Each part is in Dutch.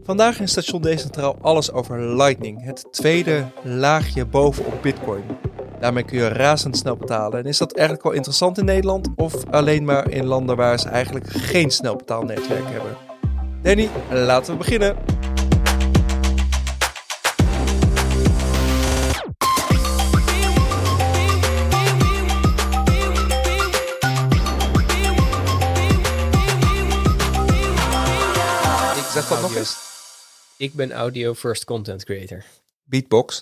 Vandaag in Station Decentraal alles over Lightning, het tweede laagje bovenop Bitcoin. Daarmee kun je razendsnel betalen. En is dat eigenlijk wel interessant in Nederland of alleen maar in landen waar ze eigenlijk geen snel betaalnetwerk hebben? Danny, laten we beginnen. Zeg dat nog eens. Ik ben audio first content creator. Beatbox.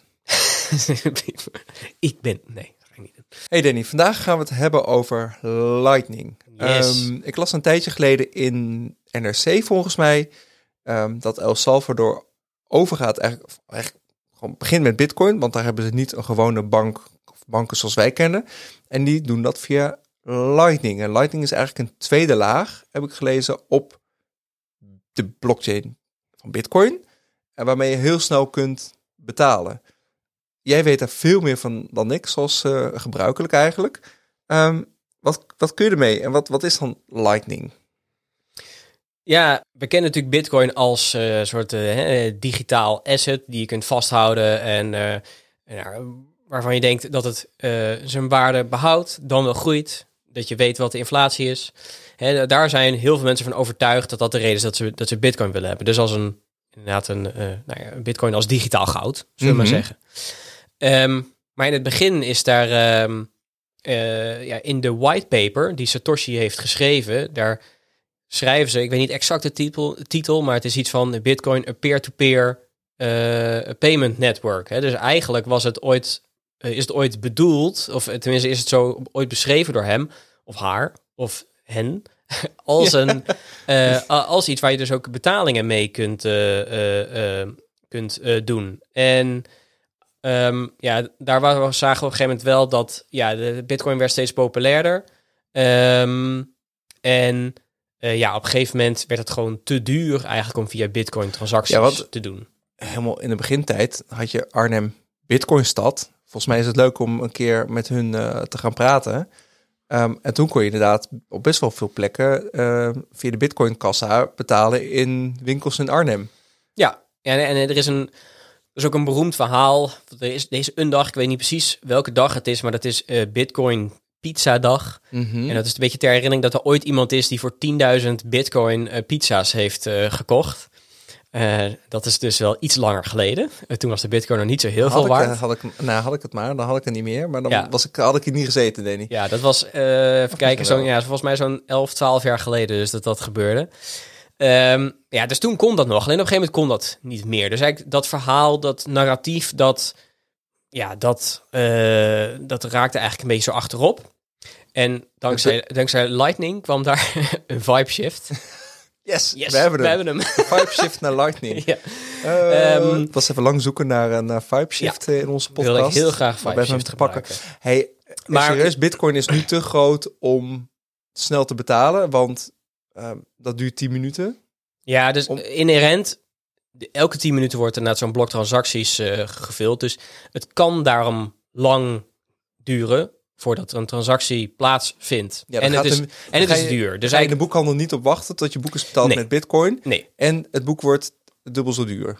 Nee, dat ga ik niet doen. Hey Danny, vandaag gaan we het hebben over Lightning. Yes. Ik las een tijdje geleden in NRC volgens mij dat El Salvador overgaat eigenlijk gewoon begint met Bitcoin, want daar hebben ze niet een gewone banken zoals wij kennen. En die doen dat via Lightning. En Lightning is eigenlijk een tweede laag, heb ik gelezen, op de blockchain van Bitcoin, en waarmee je heel snel kunt betalen. Jij weet daar veel meer van dan ik, zoals gebruikelijk eigenlijk. Wat kun je ermee en wat is dan Lightning? Ja, we kennen natuurlijk Bitcoin als soort digitaal asset die je kunt vasthouden en waarvan je denkt dat het zijn waarde behoudt, dan wel groeit, dat je weet wat de inflatie is. Daar zijn heel veel mensen van overtuigd dat de reden is dat ze Bitcoin willen hebben. Dus als een Bitcoin als digitaal goud, zullen we maar zeggen. Maar in het begin is daar in de whitepaper die Satoshi heeft geschreven, daar schrijven ze, ik weet niet exact de titel, maar het is iets van Bitcoin, a peer-to-peer payment network. Dus eigenlijk is het ooit bedoeld, of tenminste is het zo ooit beschreven door hem, of haar, of hen, als iets waar je dus ook betalingen mee kunt doen. En daar zagen we op een gegeven moment wel dat de Bitcoin werd steeds populairder. Op een gegeven moment werd het gewoon te duur eigenlijk om via Bitcoin transacties te doen. Helemaal in de begintijd had je Arnhem Bitcoinstad. Volgens mij is het leuk om een keer met hun te gaan praten. En toen kon je inderdaad op best wel veel plekken via de Bitcoin-kassa betalen in winkels in Arnhem. Ja, en er is ook een beroemd verhaal. Deze een dag, ik weet niet precies welke dag het is, maar dat is Bitcoin Pizza Dag. Mm-hmm. En dat is een beetje ter herinnering dat er ooit iemand is die voor 10.000 Bitcoin pizza's heeft gekocht. Dat is dus wel iets langer geleden. Toen was de Bitcoin nog niet zo heel veel waard. Had ik het maar, dan had ik het niet meer. Maar dan had ik hier niet gezeten, Danny. Ja, dat was, even kijken, volgens mij zo'n 11, 12 jaar geleden dus dat gebeurde. Dus toen kon dat nog. Alleen op een gegeven moment kon dat niet meer. Dus eigenlijk dat verhaal, dat narratief, dat raakte eigenlijk een beetje zo achterop. En dankzij Lightning kwam daar een vibe shift. Yes, we hebben hem. Vibe shift naar Lightning. Ja. Het was even lang zoeken naar vibe shift in onze podcast. Wil ik heel graag vibe shift gebruiken. Hey, maar serieus, Bitcoin is nu te groot om snel te betalen, want dat duurt 10 minuten. Ja, dus inherent, elke 10 minuten wordt er naar zo'n blok transacties gevuld. Dus het kan daarom lang duren voordat er een transactie plaatsvindt. Ja, en het is duur. Dus ga je in de boekhandel niet op wachten tot je boek is betaald met Bitcoin. Nee. En het boek wordt dubbel zo duur.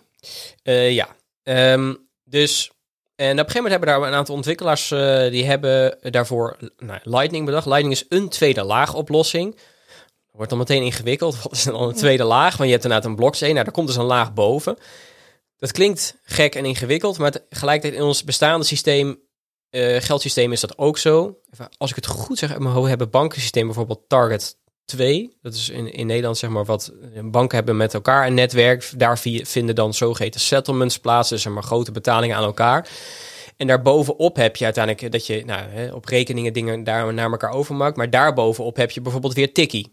Dus en op een gegeven moment hebben daar een aantal ontwikkelaars die hebben daarvoor Lightning bedacht. Lightning is een tweede laag oplossing. Wordt dan meteen ingewikkeld. Wat is dan een tweede laag? Want je hebt inderdaad een blockchain. Nou, daar komt dus een laag boven. Dat klinkt gek en ingewikkeld, maar tegelijkertijd in ons bestaande systeem, geldsysteem is dat ook zo. Als ik het goed zeg, we hebben bankensysteem bijvoorbeeld Target 2. Dat is in Nederland zeg maar wat banken hebben met elkaar een netwerk. Daar vinden dan zogeheten settlements plaats, dus maar grote betalingen aan elkaar. En daarbovenop heb je uiteindelijk dat je op rekeningen dingen daar naar elkaar overmaakt. Maar daarbovenop heb je bijvoorbeeld weer Tikkie.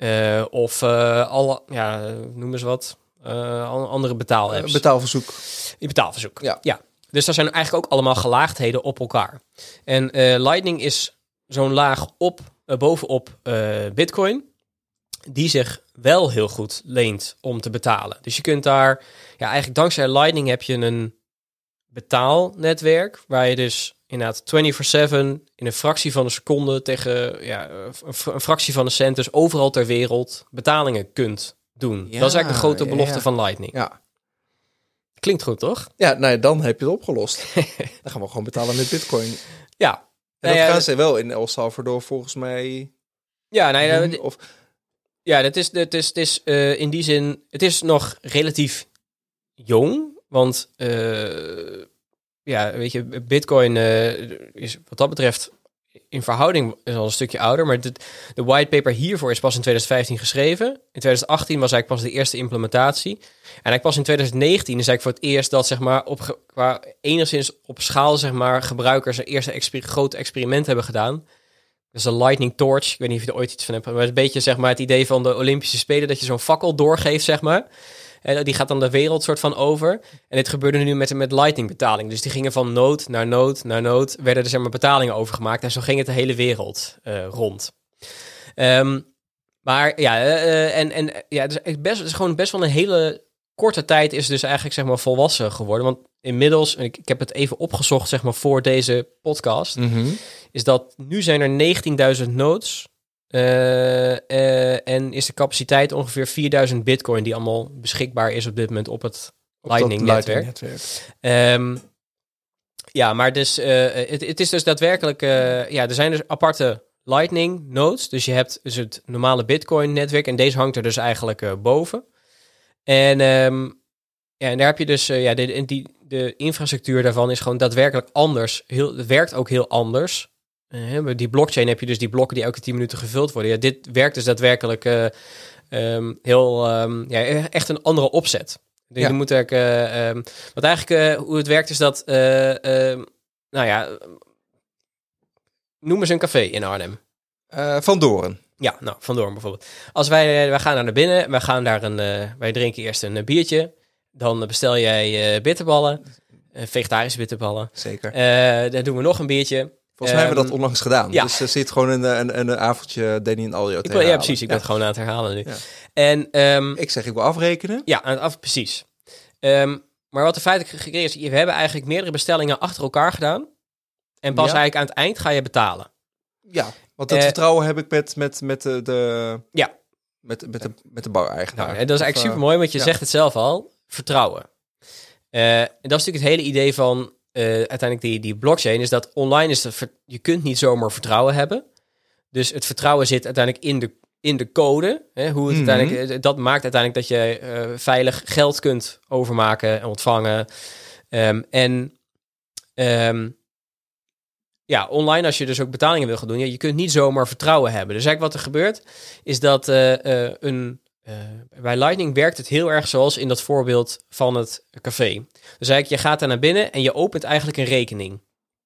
Noem eens wat. Andere betaalapps. Betaalverzoek. Ja. Dus daar zijn eigenlijk ook allemaal gelaagdheden op elkaar. En Lightning is zo'n laag bovenop Bitcoin, die zich wel heel goed leent om te betalen. Dus je kunt daar, eigenlijk dankzij Lightning heb je een betaalnetwerk, waar je dus inderdaad 24/7 in een fractie van een seconde tegen een fractie van een cent, dus overal ter wereld betalingen kunt doen. Dat is eigenlijk de grote belofte van Lightning. Ja. klinkt goed, toch? Ja, nou ja, dan heb je het opgelost. Dan gaan we gewoon betalen met bitcoin. Ja. En dat gaan ze wel in El Salvador volgens mij Ja, doen, of... Ja, het is in die zin... Het is nog relatief jong. Want weet je, bitcoin is wat dat betreft in verhouding is al een stukje ouder. Maar de whitepaper hiervoor is pas in 2015 geschreven. In 2018 was eigenlijk pas de eerste implementatie. En eigenlijk pas in 2019 is eigenlijk voor het eerst dat zeg maar qua enigszins op schaal zeg maar gebruikers een eerste groot experiment hebben gedaan. Dus een lightning torch. Ik weet niet of je er ooit iets van hebt. Maar het is een beetje zeg maar het idee van de Olympische Spelen dat je zo'n fakkel doorgeeft zeg maar. En die gaat dan de wereld soort van over. En dit gebeurde nu met lightning betaling. Dus die gingen van nood naar nood naar nood. Werden er zeg maar betalingen overgemaakt. En zo ging het de hele wereld rond. Maar ja, het is gewoon best wel een hele korte tijd is dus eigenlijk zeg maar volwassen geworden. Want inmiddels, ik heb het even opgezocht zeg maar voor deze podcast. Mm-hmm. Is dat nu zijn er 19.000 nodes. En is de capaciteit ongeveer 4000 bitcoin die allemaal beschikbaar is op dit moment op het Lightning-netwerk. Maar dus het is dus daadwerkelijk... er zijn dus aparte Lightning-nodes. Dus je hebt dus het normale bitcoin-netwerk en deze hangt er dus eigenlijk boven. En daar heb je dus... de infrastructuur daarvan is gewoon daadwerkelijk anders. Het werkt ook heel anders. Die blockchain heb je dus die blokken die elke 10 minuten gevuld worden. Ja, dit werkt dus daadwerkelijk echt een andere opzet. Dus je moet wat eigenlijk hoe het werkt is dat noem eens een café in Arnhem. Van Doorn. Ja, nou, Van Doorn bijvoorbeeld. Als wij gaan naar binnen, wij drinken eerst een biertje. Dan bestel jij bitterballen, vegetarische bitterballen. Zeker. Dan doen we nog een biertje. Volgens mij hebben we dat onlangs gedaan. Ja. Dus er zit gewoon een avondje Danny en Aljo te Ja, precies. Ik ben het gewoon aan het herhalen nu. Ja. En ik zeg, ik wil afrekenen. Ja, precies. Maar wat er feitelijk gecreëerd is, we hebben eigenlijk meerdere bestellingen achter elkaar gedaan. En pas eigenlijk aan het eind ga je betalen. Ja, want het vertrouwen heb ik met de bouweigenaar. Nou, en dat is eigenlijk super mooi, want je zegt het zelf al. Vertrouwen. En dat is natuurlijk het hele idee van uiteindelijk die blockchain, is dat online is je kunt niet zomaar vertrouwen hebben. Dus het vertrouwen zit uiteindelijk in de code. Hè, hoe het uiteindelijk, dat maakt uiteindelijk dat je veilig geld kunt overmaken en ontvangen. Online als je dus ook betalingen wil gaan doen, je kunt niet zomaar vertrouwen hebben. Dus eigenlijk wat er gebeurt, is dat bij Lightning werkt het heel erg zoals in dat voorbeeld van het café. Dus eigenlijk, je gaat daar naar binnen en je opent eigenlijk een rekening.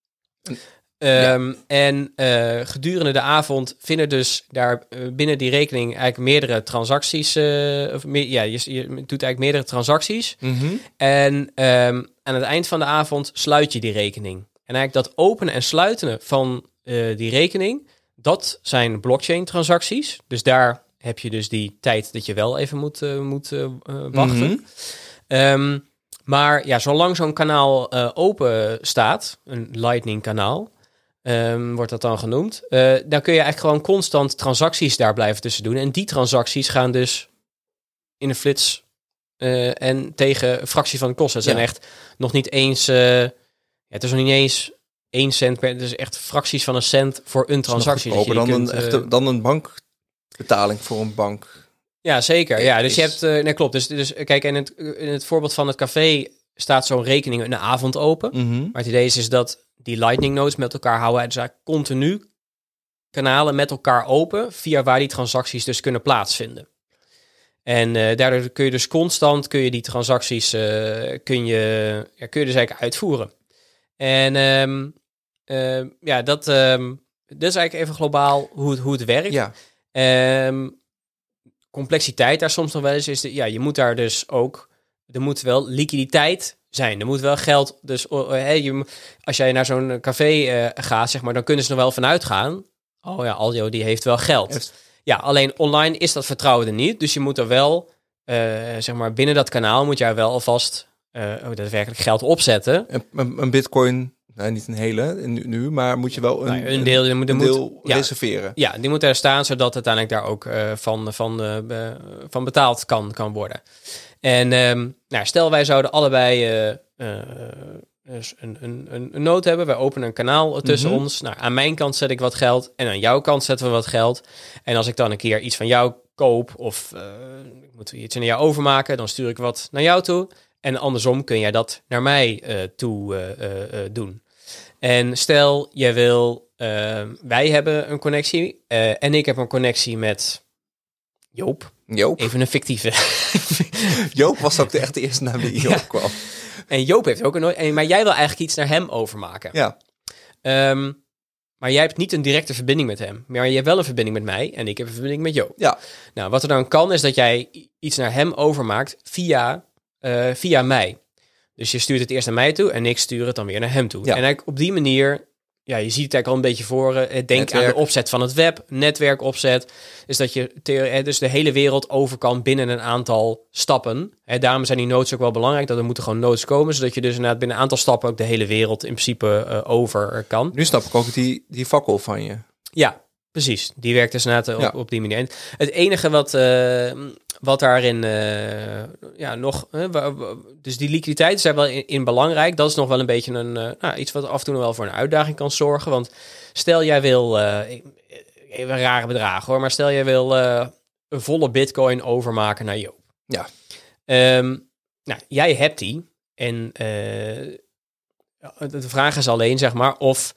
Gedurende de avond vinden dus daar binnen die rekening eigenlijk meerdere transacties. Je doet eigenlijk meerdere transacties. Mm-hmm. En aan het eind van de avond sluit je die rekening. En eigenlijk dat openen en sluiten van die rekening, dat zijn blockchain transacties. Dus daar heb je dus die tijd dat je wel even moet wachten. Mm-hmm. Maar ja, zolang zo'n kanaal open staat, een Lightning kanaal, wordt dat dan genoemd, dan kun je eigenlijk gewoon constant transacties daar blijven tussen doen. En die transacties gaan dus in een flits en tegen een fractie van de kosten. Het zijn echt nog niet eens... het is nog niet eens 1 cent per... Het is echt fracties van een cent voor een transactie. Dan een bankbetaling voor een bank. Ja, zeker. Ja, dus je hebt... klopt. Dus kijk, in het voorbeeld van het café staat zo'n rekening in de avond open. Mm-hmm. Maar het idee is dat die Lightning nodes met elkaar houden. Dus eigenlijk continu kanalen met elkaar open, via waar die transacties dus kunnen plaatsvinden. En daardoor kun je dus constant die transacties kun je dus eigenlijk uitvoeren. En dat is eigenlijk even globaal hoe het werkt. Ja. Complexiteit daar soms nog wel eens is. Je moet daar dus ook... Er moet wel liquiditeit zijn. Er moet wel geld... Dus als jij naar zo'n café gaat, zeg maar, dan kunnen ze er wel vanuit gaan. Oh ja, Aljo, die heeft wel geld. Ja, alleen online is dat vertrouwen er niet. Dus je moet er wel, zeg maar, binnen dat kanaal moet jij wel alvast daadwerkelijk geld opzetten. Een bitcoin... Nou, niet een hele nu, maar moet je wel een deel reserveren. Ja, die moet er staan, zodat uiteindelijk daar ook van betaald kan worden. En stel wij zouden allebei een nood hebben. Wij openen een kanaal tussen ons. Nou, aan mijn kant zet ik wat geld en aan jouw kant zetten we wat geld. En als ik dan een keer iets van jou koop of ik moet iets naar jou overmaken, dan stuur ik wat naar jou toe. En andersom kun jij dat naar mij toe doen. En stel, jij wil, wij hebben een connectie en ik heb een connectie met Joop. Even een fictieve. Joop was ook de eerste naam die Joop kwam. En Joop heeft ook maar jij wil eigenlijk iets naar hem overmaken. Ja. Maar jij hebt niet een directe verbinding met hem. Maar je hebt wel een verbinding met mij en ik heb een verbinding met Joop. Ja. Nou, wat er dan kan is dat jij iets naar hem overmaakt via mij. Dus je stuurt het eerst naar mij toe en ik stuur het dan weer naar hem toe. Ja. En eigenlijk op die manier, ja, je ziet het eigenlijk al een beetje voor. Denk aan de opzet van het web, netwerkopzet. Is dat je dus de hele wereld over kan binnen een aantal stappen. Daarom zijn die nodes ook wel belangrijk. Dat er moeten gewoon nodes komen, zodat je dus inderdaad binnen een aantal stappen ook de hele wereld in principe over kan. Nu snap ik ook die fakkel van je. Ja, precies. Die werkt dus inderdaad op die manier. En het enige wat daarin nog... dus die liquiditeit is daar wel in belangrijk. Dat is nog wel een beetje iets wat af en toe nog wel voor een uitdaging kan zorgen. Want stel jij wil... even rare bedragen hoor. Maar stel jij wil een volle bitcoin overmaken naar Joop. Ja. Jij hebt die. En de vraag is alleen, zeg maar, of...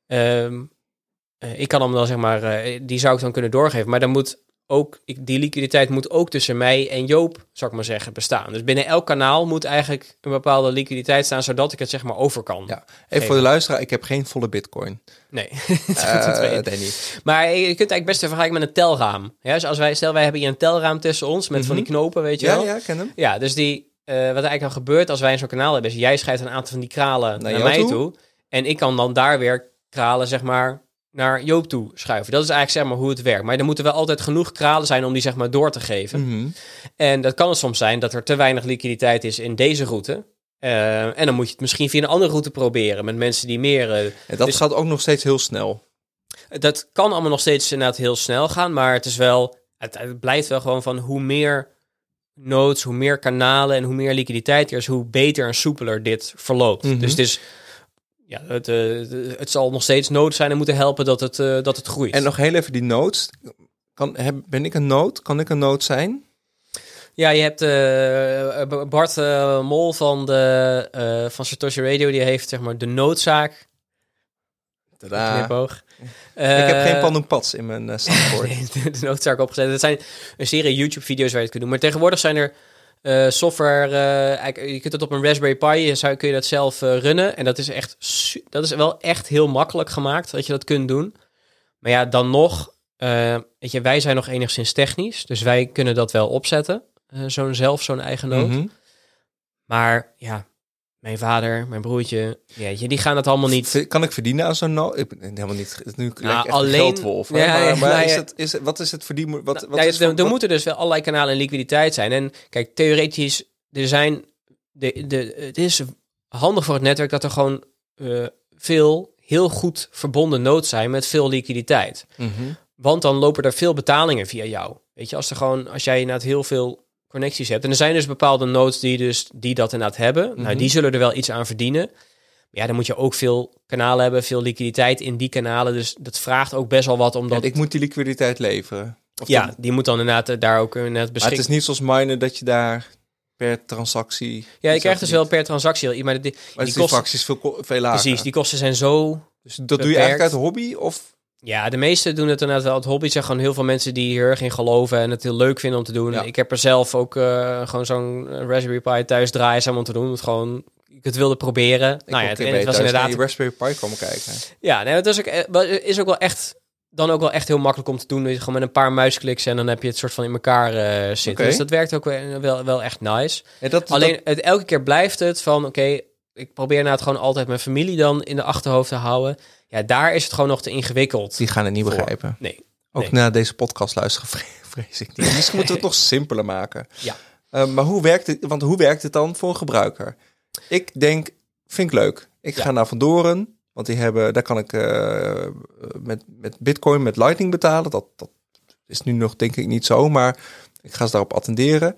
ik kan hem dan, zeg maar, die zou ik dan kunnen doorgeven. Maar dan moet ook, die liquiditeit moet ook tussen mij en Joop, zou ik maar zeggen, bestaan. Dus binnen elk kanaal moet eigenlijk een bepaalde liquiditeit staan, zodat ik het, zeg maar, over kan. Ja, even voor de luisteraar, ik heb geen volle bitcoin. Nee, dat niet. Maar je kunt eigenlijk best vergelijken met een telraam. Ja, dus wij hebben hier een telraam tussen ons met van die knopen, weet je wel. Ja, ik ken hem. Ja, dus wat eigenlijk dan gebeurt als wij zo'n kanaal hebben, is jij schrijft een aantal van die kralen naar mij toe. En ik kan dan daar weer kralen, zeg maar, naar Joop toe schuiven. Dat is eigenlijk, zeg maar, hoe het werkt. Maar er moeten wel altijd genoeg kralen zijn om die, zeg maar, door te geven. Mm-hmm. En dat kan het soms zijn dat er te weinig liquiditeit is in deze route. En dan moet je het misschien via een andere route proberen met mensen die meer... dat gaat ook nog steeds heel snel. Dat kan allemaal nog steeds inderdaad heel snel gaan, maar het is wel... Het blijft wel gewoon van hoe meer nodes, hoe meer kanalen en hoe meer liquiditeit er is, hoe beter en soepeler dit verloopt. Mm-hmm. Dus het is... Ja, het zal nog steeds nodig zijn en moeten helpen dat het groeit. En nog heel even die nodes. Ben ik een node? Kan ik een node zijn? Ja, je hebt Bart Mol van Satoshi Radio, die heeft, zeg maar, de noodzaak. Knipoog. Ik heb geen Pandoenpads in mijn soundboard. Nee, de noodzaak opgezet. Dat zijn een serie YouTube-video's waar je het kunt doen. Maar tegenwoordig zijn er software, je kunt het op een Raspberry Pi, kun je dat zelf runnen. En dat is wel echt heel makkelijk gemaakt, dat je dat kunt doen. Maar ja, dan nog, weet je, wij zijn nog enigszins technisch. Dus wij kunnen dat wel opzetten. Zo'n eigen node. Mm-hmm. Maar ja, mijn vader, mijn broertje, die gaan het allemaal niet... Kan ik verdienen aan zo'n node? Ik ben helemaal niet... Nu lijkt echt alleen... een geldwolf. Ja, maar wat is het verdienen? Er moeten dus wel allerlei kanalen en liquiditeit zijn. En kijk, theoretisch, het is handig voor het netwerk dat er gewoon veel heel goed verbonden nodes zijn met veel liquiditeit. Mm-hmm. Want dan lopen er veel betalingen via jou. Weet je, als jij inderdaad heel veel connecties hebt. En er zijn dus bepaalde nodes die dat inderdaad hebben. Mm-hmm. Nou, die zullen er wel iets aan verdienen. Maar ja, dan moet je ook veel kanalen hebben, veel liquiditeit in die kanalen. Dus dat vraagt ook best wel wat. Omdat... Ja, ik moet die liquiditeit leveren. Die moet dan inderdaad daar ook net beschikken. Maar het is niet zoals minen dat je daar per transactie... Ja, je krijgt dus wel per transactie. Maar die kosten is veel lager. Precies, die kosten zijn zo... Dus dat doe je eigenlijk uit hobby? Of... Ja, de meesten doen het inderdaad wel uit hobby. Het zijn gewoon heel veel mensen die hier erg in geloven en het heel leuk vinden om te doen. Ja. Ik heb er zelf ook gewoon zo'n Raspberry Pi thuis draaien om te doen. Het gewoon, ik het wilde proberen. Het was inderdaad... die Raspberry Pi komen kijken. Ja, nee, dat is ook wel echt... Dan ook wel echt heel makkelijk om te doen. Gewoon met een paar muiskliks en dan heb je het soort van in elkaar zitten. Okay. Dus dat werkt ook wel echt nice. Ja, elke keer blijft het van... Oké, ik probeer het gewoon altijd mijn familie dan in de achterhoofd te houden. Ja, daar is het gewoon nog te ingewikkeld. Die gaan het niet begrijpen. Nee. Ook na deze podcast luisteren vrees ik niet. Misschien moeten we het nog simpeler maken. Ja. Maar hoe werkt het dan voor een gebruiker? Ik denk, vind ik leuk. Ik ga naar Van Doren. Want daar kan ik met Bitcoin, met Lightning betalen. Dat is nu nog denk ik niet zo, maar ik ga ze daarop attenderen.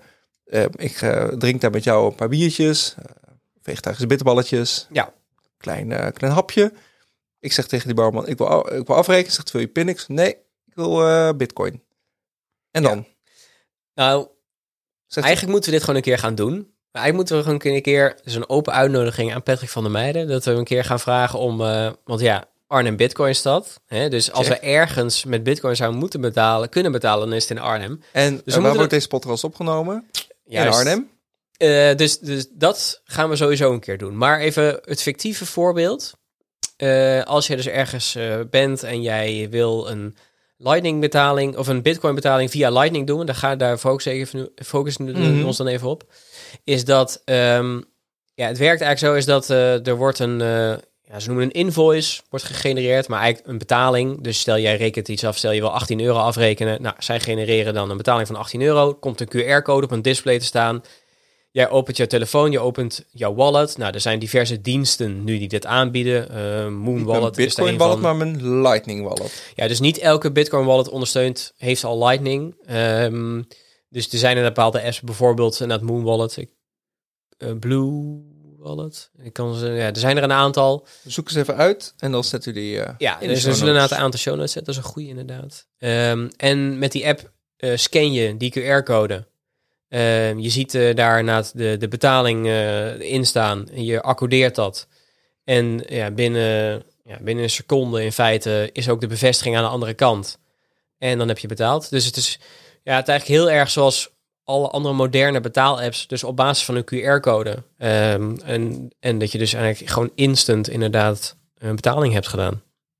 Ik drink daar met jou een paar biertjes, vegetarische bitterballetjes, Ja. klein hapje. Ik zeg tegen die barman, ik wil afrekenen. Zegt, wil je pin? Ik zeg, nee, ik wil bitcoin. En dan? Nou, Zegt eigenlijk moeten we dit gewoon een keer gaan doen. Maar eigenlijk moeten we gewoon een keer... Dus een open uitnodiging aan Patrick van der Meijden. Dat we een keer gaan vragen om... want ja, Arnhem Bitcoinstad. Hè? Dus als we ergens met bitcoin zouden kunnen betalen, dan is het in Arnhem. En dus waar wordt deze podcast opgenomen? Juist. In Arnhem? Dus dat gaan we sowieso een keer doen. Maar even het fictieve voorbeeld. Als je dus ergens bent en jij wil een Lightning betaling of een Bitcoin betaling via Lightning doen, daar focussen we ons dan even op. Is dat het werkt eigenlijk zo is dat er wordt ze noemen een invoice wordt gegenereerd, maar eigenlijk een betaling. Dus stel jij rekent iets af, stel je wil €18 afrekenen. Nou, zij genereren dan een betaling van €18. Komt een QR-code op een display te staan. Jij opent je telefoon, je opent jouw wallet. Nou, er zijn diverse diensten nu die dit aanbieden. Moon Wallet. Mijn Bitcoin wallet, maar mijn Lightning wallet. Ja, dus niet elke Bitcoin wallet heeft al Lightning. Dus er zijn een bepaalde apps, bijvoorbeeld dat Moon Wallet, Blue Wallet. Er zijn er een aantal. Zoek eens even uit en dan zet u die dus we zullen inderdaad een aantal show notes zetten. Dat is een goede inderdaad. En met die app scan je die QR-code. Je ziet daar de betaling in staan. Je accordeert dat. En binnen een seconde in feite is ook de bevestiging aan de andere kant. En dan heb je betaald. Dus het is eigenlijk heel erg zoals alle andere moderne betaalapps. Dus op basis van een QR-code. En dat je dus eigenlijk gewoon instant inderdaad een betaling hebt gedaan.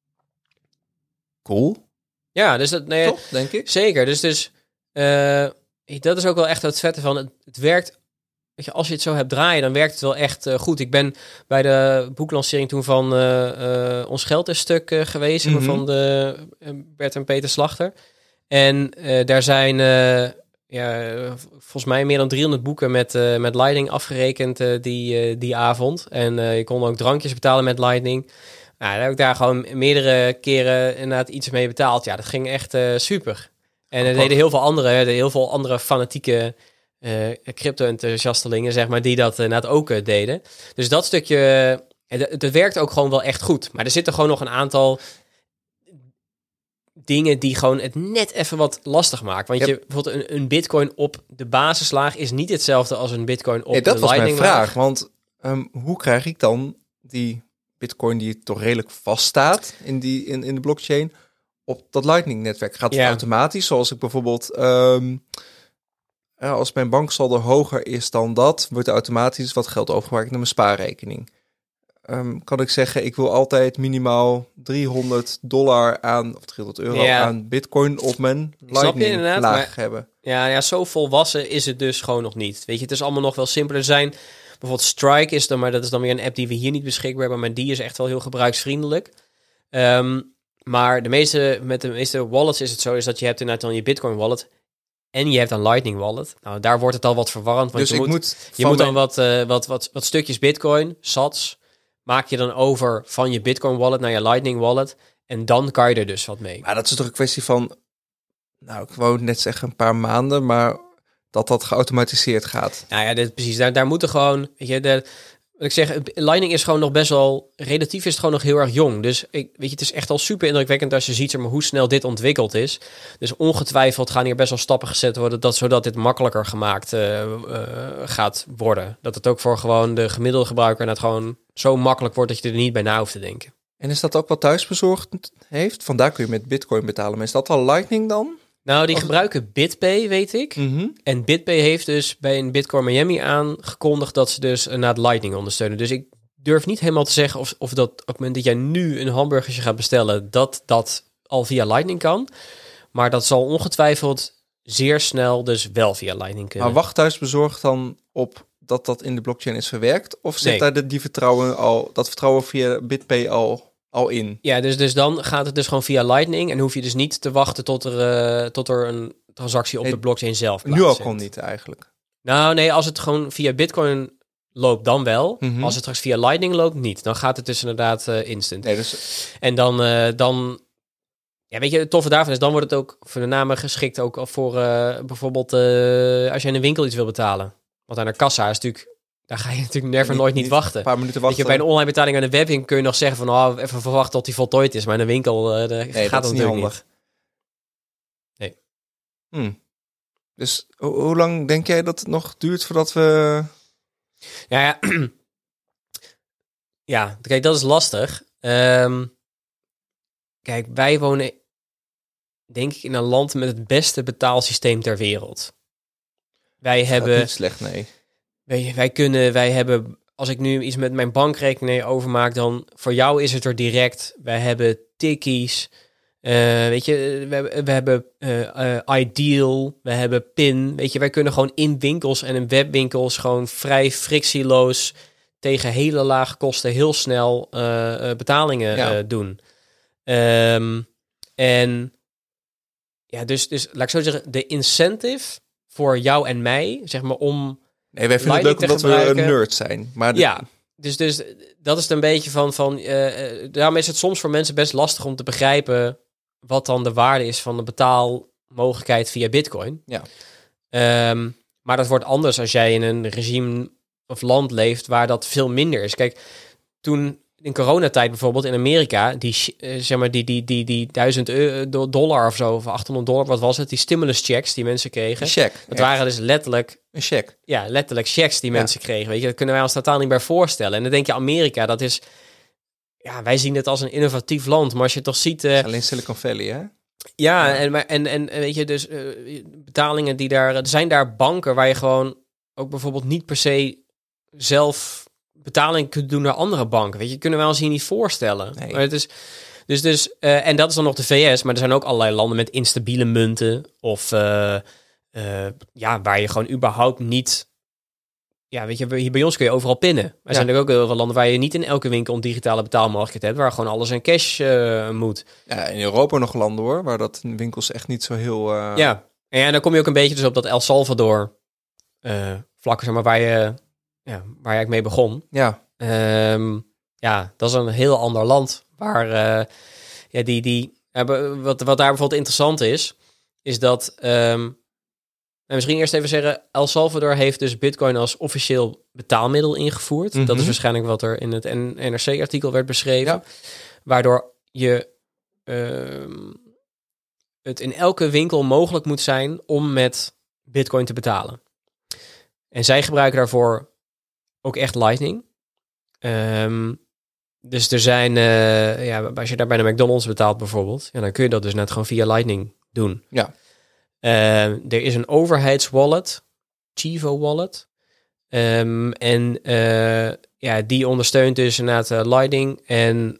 Cool. Ja, dus dat... Toch, denk ik. Zeker. Dus dat is ook wel echt het vette van het werkt. Weet je, als je het zo hebt draaien, dan werkt het wel echt goed. Ik ben bij de boeklancering toen van Ons Geld is Stuk geweest, van de Bert en Peter Slachter. En daar zijn volgens mij meer dan 300 boeken met Lightning afgerekend die avond. En je kon ook drankjes betalen met Lightning. Nou, daar heb ik daar gewoon meerdere keren inderdaad iets mee betaald. Ja, dat ging echt super. En er deden heel veel andere fanatieke crypto-enthousiastelingen, zeg maar, die dat inderdaad ook deden. Dus dat stukje, het werkt ook gewoon wel echt goed. Maar er zitten gewoon nog een aantal dingen die gewoon het net even wat lastig maken. Want bijvoorbeeld een bitcoin op de basislaag is niet hetzelfde als een bitcoin op de Lightning laag. Dat was mijn vraag, want hoe krijg ik dan die bitcoin die toch redelijk vaststaat in de blockchain op dat Lightning-netwerk? Gaat het automatisch, zoals ik bijvoorbeeld... als mijn banksaldo hoger is dan dat, wordt er automatisch wat geld overgemaakt naar mijn spaarrekening. Kan ik zeggen, ik wil altijd minimaal $300 aan, of €300 aan bitcoin op mijn Lightning-laag hebben. Ja, zo volwassen is het dus gewoon nog niet. Weet je, het is allemaal nog wel simpeler. Er zijn bijvoorbeeld Strike is dan, maar dat is dan weer een app die we hier niet beschikbaar hebben, maar die is echt wel heel gebruiksvriendelijk. Maar met de meeste wallets is het zo, is dat je hebt inderdaad dan je Bitcoin wallet en je hebt een Lightning wallet. Nou, daar wordt het al wat verwarrend, want dus je moet dan wat stukjes Bitcoin, sats, maak je dan over van je Bitcoin wallet naar je Lightning wallet en dan kan je er dus wat mee. Maar dat is toch een kwestie van, ik wou net zeggen een paar maanden, maar dat geautomatiseerd gaat. Nou ja, precies. Daar moeten gewoon, weet je, wat ik zeg, Lightning is gewoon nog best wel, relatief is het gewoon nog heel erg jong. Dus het is echt al super indrukwekkend als je ziet hoe snel dit ontwikkeld is. Dus ongetwijfeld gaan hier best wel stappen gezet worden, zodat dit makkelijker gemaakt gaat worden. Dat het ook voor gewoon de gemiddelde gebruiker net gewoon zo makkelijk wordt dat je er niet bij na hoeft te denken. En is dat ook wat thuisbezorgd heeft? Vandaar kun je met Bitcoin betalen. Maar is dat al Lightning dan? Nou, die gebruiken BitPay, weet ik. En BitPay heeft dus bij een Bitcoin Miami aangekondigd dat ze dus naar Lightning ondersteunen. Dus ik durf niet helemaal te zeggen of dat op het moment dat jij nu een hamburgertje gaat bestellen, dat al via Lightning kan. Maar dat zal ongetwijfeld zeer snel dus wel via Lightning kunnen. Maar wacht thuisbezorgd dan op dat in de blockchain is verwerkt? Of zit daar dat vertrouwen via BitPay al in? Ja, dus dan gaat het dus gewoon via Lightning en hoef je dus niet te wachten tot er een transactie op de blockchain zelf plaatsvindt. Nu al kon niet eigenlijk. Nou nee, als het gewoon via Bitcoin loopt dan wel. Als het straks via Lightning loopt niet. Dan gaat het dus inderdaad instant. Nee, dus... En dan Ja, weet je, het toffe daarvan is, dan wordt het ook voor de namen geschikt ook voor bijvoorbeeld als je in een winkel iets wil betalen. Want aan de kassa is natuurlijk, daar ga je natuurlijk nooit niet wachten. Een paar minuten Weet wachten. je, bij een online betaling aan de webwinkel kun je nog zeggen van, even verwachten tot die voltooid is. Maar in een winkel gaat dat dat is niet natuurlijk handig. niet. Dus hoe lang denk jij dat het nog duurt voordat we... Ja. Ja, kijk, dat is lastig. Kijk, wij wonen, denk ik, in een land met het beste betaalsysteem ter wereld. Wij hebben... niet slecht, nee. Wij hebben, als ik nu iets met mijn bankrekening overmaak, dan voor jou is het er direct. Wij hebben tikkies. Weet je, we hebben Ideal. We hebben PIN. Weet je, wij kunnen gewoon in winkels en in webwinkels gewoon vrij frictieloos tegen hele lage kosten heel snel betalingen doen. En ja, dus laat ik zo zeggen, de incentive voor jou en mij, zeg maar, om... Nee, wij vinden het leuk omdat we een nerd zijn. Maar ja, dus dat is het een beetje van daarom is het soms voor mensen best lastig om te begrijpen wat dan de waarde is van de betaalmogelijkheid via Bitcoin. Ja. Maar dat wordt anders als jij in een regime of land leeft waar dat veel minder is. Kijk, toen in coronatijd bijvoorbeeld in Amerika, die $1,000 of zo, of $800, wat was het? Die stimulus checks die mensen kregen. Een check. Dat waren dus letterlijk... Een check. Ja, letterlijk checks die mensen kregen. Weet je, dat kunnen wij ons totaal niet meer voorstellen. En dan denk je, Amerika, dat is... Ja, wij zien het als een innovatief land, maar als je toch ziet... Alleen Silicon Valley, hè? Ja, en weet je, dus betalingen die daar... Er zijn daar banken waar je gewoon ook bijvoorbeeld niet per se zelf betaling kunt doen naar andere banken. Weet je, kunnen wij ons hier niet voorstellen. Nee. Maar het is... Dus en dat is dan nog de VS, maar er zijn ook allerlei landen met instabiele munten of waar je gewoon überhaupt niet... Ja, weet je, hier bij ons kun je overal pinnen. Maar er zijn er ook heel veel landen waar je niet in elke winkel een digitale betaalmogelijkheid hebt, waar gewoon alles in cash moet. Ja, in Europa nog landen hoor, waar dat in winkels echt niet zo heel... Ja, en dan kom je ook een beetje dus op dat El Salvador vlak, zeg maar, waar je eigenlijk mee begon. Ja. Dat is een heel ander land waar wat daar bijvoorbeeld interessant is dat misschien eerst even zeggen, El Salvador heeft dus Bitcoin als officieel betaalmiddel ingevoerd. Mm-hmm. Dat is waarschijnlijk wat er in het NRC-artikel werd beschreven. Ja. Waardoor je het in elke winkel mogelijk moet zijn om met Bitcoin te betalen. En zij gebruiken daarvoor ook echt Lightning. Dus er zijn, als je daar bij de McDonald's betaalt bijvoorbeeld, dan kun je dat dus net gewoon via Lightning doen. Ja. Er is een overheidswallet, Chivo Wallet. Die ondersteunt dus inderdaad Lightning. En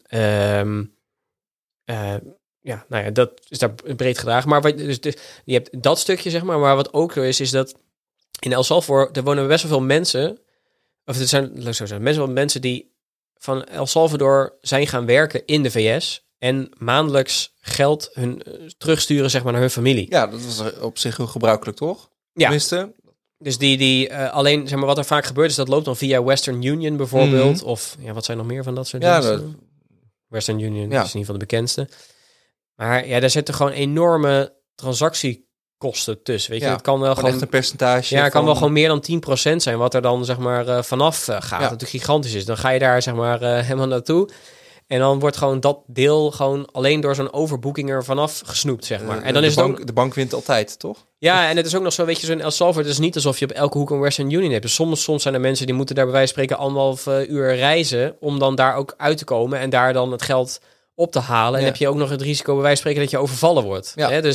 dat is daar breed gedragen. Maar je hebt dat stukje, zeg maar wat ook is dat in El Salvador, er wonen best wel veel mensen, of er zijn best wel mensen die van El Salvador zijn gaan werken in de VS en maandelijks geld terugsturen, zeg maar, naar hun familie. Ja, dat was op zich heel gebruikelijk, toch? Ja. Tenminste. Dus alleen, zeg maar, wat er vaak gebeurt is dat loopt dan via Western Union bijvoorbeeld. Mm-hmm. Of wat zijn nog meer van dat soort dingen? Western Union is in ieder geval de bekendste. Maar ja, daar zitten gewoon enorme transactiekosten tussen. Weet je, het kan wel gewoon echt een percentage. Ja, het kan wel gewoon meer dan 10% zijn wat er dan, zeg maar, vanaf gaat. Dat natuurlijk gigantisch is. Dan ga je daar, zeg maar, helemaal naartoe. En dan wordt gewoon dat deel gewoon alleen door zo'n overboeking er vanaf gesnoept, zeg maar. En dan de bank wint altijd, toch? Ja, en het is ook nog zo, weet je, zo'n El Salvador, het is niet alsof je op elke hoek een Western Union hebt. Dus soms zijn er mensen die moeten daar bij wijze van spreken 1,5 uur reizen om dan daar ook uit te komen en daar dan het geld op te halen. En heb je ook nog het risico bij wijze van spreken dat je overvallen wordt. Ja. Hè?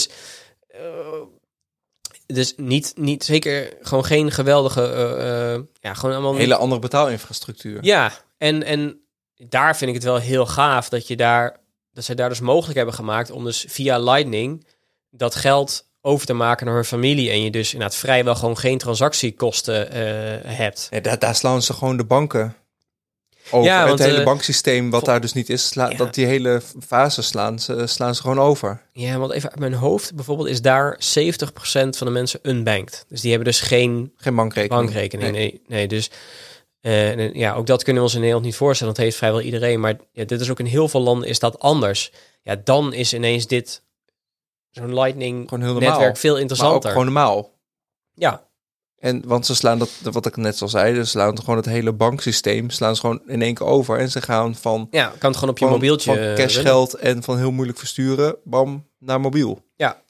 Dus niet zeker gewoon geen geweldige, gewoon allemaal hele andere betaalinfrastructuur. Ja, en daar vind ik het wel heel gaaf dat zij daar dus mogelijk hebben gemaakt om dus via Lightning dat geld over te maken naar hun familie en je dus inderdaad vrijwel gewoon geen transactiekosten hebt. Ja, daar slaan ze gewoon de banken over. Ja, want, het hele banksysteem wat daar dus niet is, dat die hele fase slaan ze gewoon over. Ja, want even uit mijn hoofd bijvoorbeeld is daar 70% van de mensen unbanked. Dus die hebben dus geen bankrekening. Nee, dus ook dat kunnen we ons in Nederland niet voorstellen. Dat heeft vrijwel iedereen. Maar dit is ook in heel veel landen is dat anders. Ja, dan is ineens dit zo'n Lightning Gewoon heel normaal. netwerk veel Maar ook interessanter. gewoon normaal. Ja, En, want ze slaan dat, wat ik net al zei, ze slaan gewoon het hele banksysteem, slaan ze gewoon in één keer over. En ze gaan van, kan het gewoon op je mobieltje van cashgeld en van heel moeilijk versturen, bam, naar mobiel. Ja.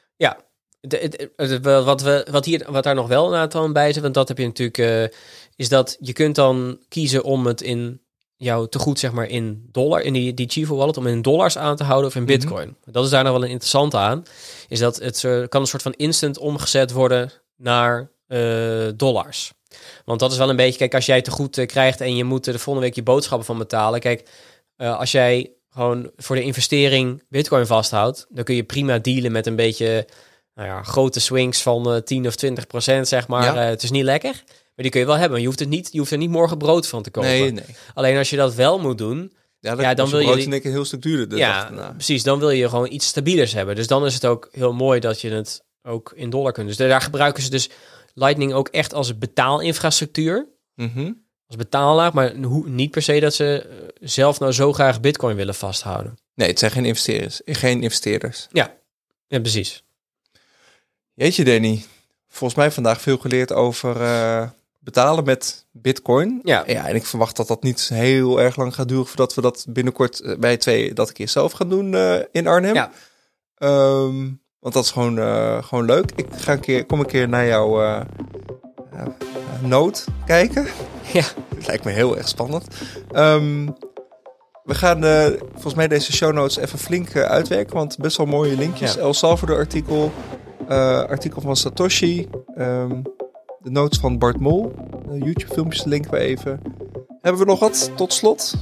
Wat daar nog wel een aantal bij zit, want dat heb je natuurlijk, is dat je kunt dan kiezen om het in jouw tegoed, zeg maar, in dollar, in die Chivo wallet, om in dollars aan te houden of in bitcoin. Dat is daar nog wel een interessante aan, is dat het kan een soort van instant omgezet worden naar dollars. Want dat is wel een beetje, kijk, als jij tegoed krijgt en je moet de volgende week je boodschappen van betalen, kijk, als jij gewoon voor de investering bitcoin vasthoudt, dan kun je prima dealen met een beetje grote swings van 10 of 20%, zeg maar. Ja. Het is niet lekker, maar die kun je wel hebben. Je hoeft er niet morgen brood van te kopen. Nee. Alleen als je dat wel moet doen, Dan wil je in één keer een heel stuk duurder. De dag daarna. Precies. Dan wil je gewoon iets stabielers hebben. Dus dan is het ook heel mooi dat je het ook in dollar kunt. Dus daar gebruiken ze dus Lightning ook echt als betaalinfrastructuur. Als betaallaag, maar niet per se dat ze zelf nou zo graag bitcoin willen vasthouden. Nee, het zijn geen investeerders. Ja, precies. Jeetje, Danny. Volgens mij vandaag veel geleerd over betalen met bitcoin. Ja. En ik verwacht dat dat niet heel erg lang gaat duren voordat we dat binnenkort wij twee dat een keer zelf gaan doen in Arnhem. Ja. Want dat is gewoon leuk. Ik ga kom een keer naar jouw noot kijken. Ja. Dat lijkt me heel erg spannend. We gaan volgens mij deze show notes even flink uitwerken, want best wel mooie linkjes. Ja. El Salvador artikel van Satoshi, de notes van Bart Mol, YouTube filmpjes linken we even. Hebben we nog wat tot slot?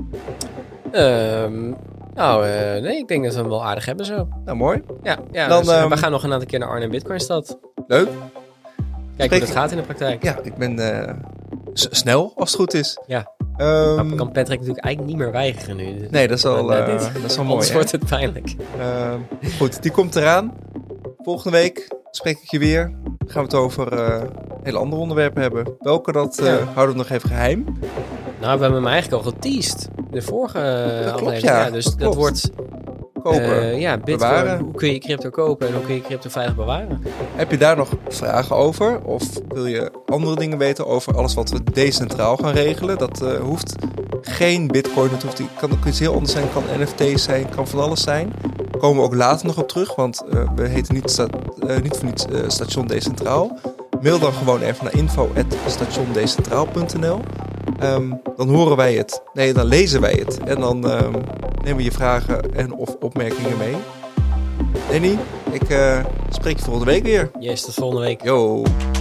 Nee, ik denk dat we hem wel aardig hebben zo. Nou, mooi. Ja, Dan, dus, we gaan nog een aantal keer naar Arnhem Bitcoinstad. Leuk. Kijk hoe dat gaat in de praktijk. Ja, ik ben snel als het goed is. Ja. Maar kan Patrick natuurlijk eigenlijk niet meer weigeren nu. Nee, dat is wel mooi. Anders wordt het pijnlijk. Goed, die komt eraan. Volgende week spreek ik je weer. Dan gaan we het over hele andere onderwerpen hebben. Welke, dat houden we nog even geheim. Nou, we hebben hem eigenlijk al geteased. De vorige aflevering. Ja, dus dat dat wordt kopen, Bitcoin. bewaren. Hoe kun je crypto kopen en hoe kun je crypto veilig bewaren? Heb je daar nog vragen over? Of wil je andere dingen weten over alles wat we decentraal gaan regelen? Dat hoeft geen bitcoin. Het kan ook iets heel anders zijn. Kan NFT's zijn, kan van alles zijn. Daar komen we ook later nog op terug. Want we heten niet voor niets Station Decentraal. Mail dan gewoon even naar info@stationdecentraal.nl. Dan horen wij het. Nee, dan lezen wij het. En dan nemen we je vragen en of opmerkingen mee. Danny, ik spreek je volgende week weer. Yes, tot volgende week. Yo.